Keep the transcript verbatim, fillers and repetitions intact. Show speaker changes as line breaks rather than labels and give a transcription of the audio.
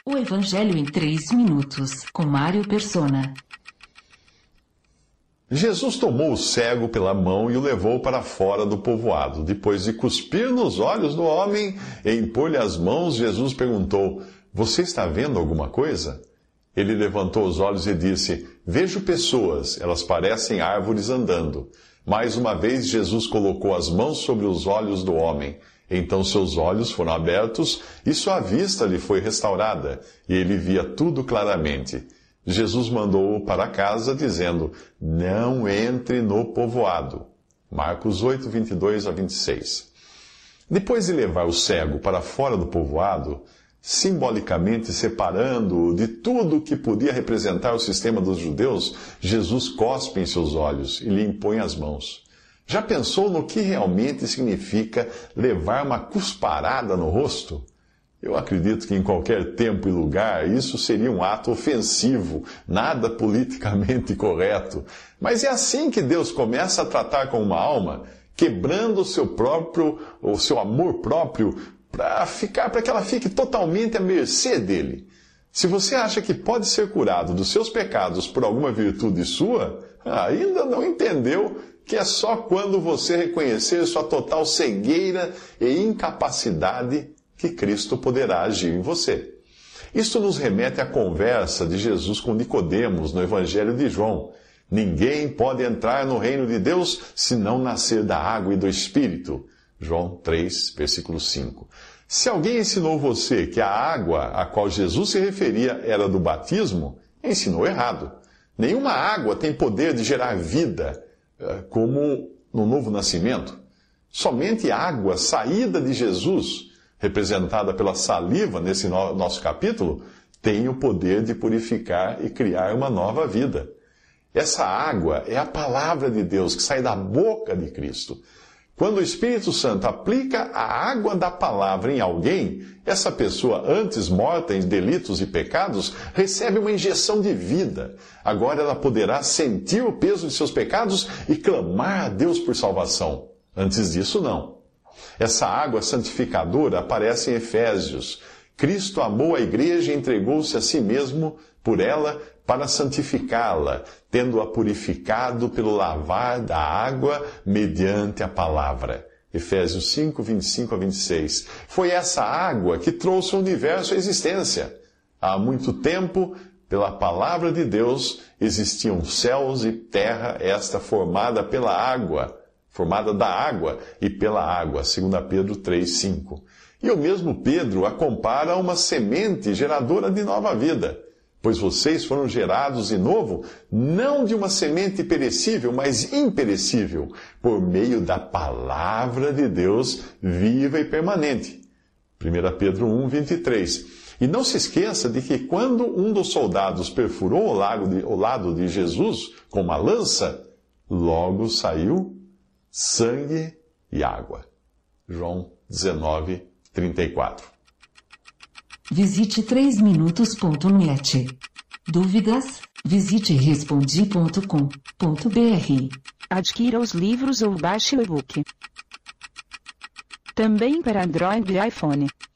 O Evangelho em três minutos, com Mário Persona.
Jesus tomou o cego pela mão e o levou para fora do povoado. Depois de cuspir nos olhos do homem e impor-lhe as mãos, Jesus perguntou: "Você está vendo alguma coisa?" Ele levantou os olhos e disse: "Vejo pessoas, elas parecem árvores andando." Mais uma vez, Jesus colocou as mãos sobre os olhos do homem. Então seus olhos foram abertos e sua vista lhe foi restaurada, e ele via tudo claramente. Jesus mandou-o para casa, dizendo: "Não entre no povoado." Marcos oito, vinte e dois a vinte e seis. Depois de levar o cego para fora do povoado, simbolicamente separando-o de tudo que podia representar o sistema dos judeus, Jesus cospe em seus olhos e lhe impõe as mãos. Já pensou no que realmente significa levar uma cusparada no rosto? Eu acredito que em qualquer tempo e lugar isso seria um ato ofensivo, nada politicamente correto. Mas é assim que Deus começa a tratar com uma alma, quebrando o seu próprio, o seu amor próprio, para ficar, para que ela fique totalmente à mercê dele. Se você acha que pode ser curado dos seus pecados por alguma virtude sua, ainda não entendeu que é só quando você reconhecer sua total cegueira e incapacidade que Cristo poderá agir em você. Isto nos remete à conversa de Jesus com Nicodemos no Evangelho de João. Ninguém pode entrar no reino de Deus se não nascer da água e do Espírito. João três, versículo cinco. Se alguém ensinou você que a água a qual Jesus se referia era do batismo, ensinou errado. Nenhuma água tem poder de gerar vida, como no novo nascimento. Somente água saída de Jesus, representada pela saliva nesse no- nosso capítulo, tem o poder de purificar e criar uma nova vida. Essa água é a palavra de Deus que sai da boca de Cristo. Quando o Espírito Santo aplica a água da palavra em alguém, essa pessoa, antes morta em delitos e pecados, recebe uma injeção de vida. Agora ela poderá sentir o peso de seus pecados e clamar a Deus por salvação. Antes disso, não. Essa água santificadora aparece em Efésios. Cristo amou a igreja e entregou-se a si mesmo por ela para santificá-la, tendo-a purificado pelo lavar da água mediante a palavra. Efésios cinco, vinte e cinco a vinte e seis. Foi essa água que trouxe o universo à existência. Há muito tempo, pela palavra de Deus, existiam céus e terra, esta formada pela água, formada da água e pela água, segundo Pedro três, cinco. E o mesmo Pedro a compara a uma semente geradora de nova vida. Pois vocês foram gerados de novo, não de uma semente perecível, mas imperecível, por meio da palavra de Deus viva e permanente. primeira Pedro um, vinte e três. E não se esqueça de que quando um dos soldados perfurou o, lago de, o lado de Jesus com uma lança, logo saiu sangue e água. João dezenove, trinta e quatro.
Visite três minutos ponto net. Dúvidas? Visite respondi ponto com ponto br.
Adquira os livros ou baixe o e-book. Também para Android e iPhone.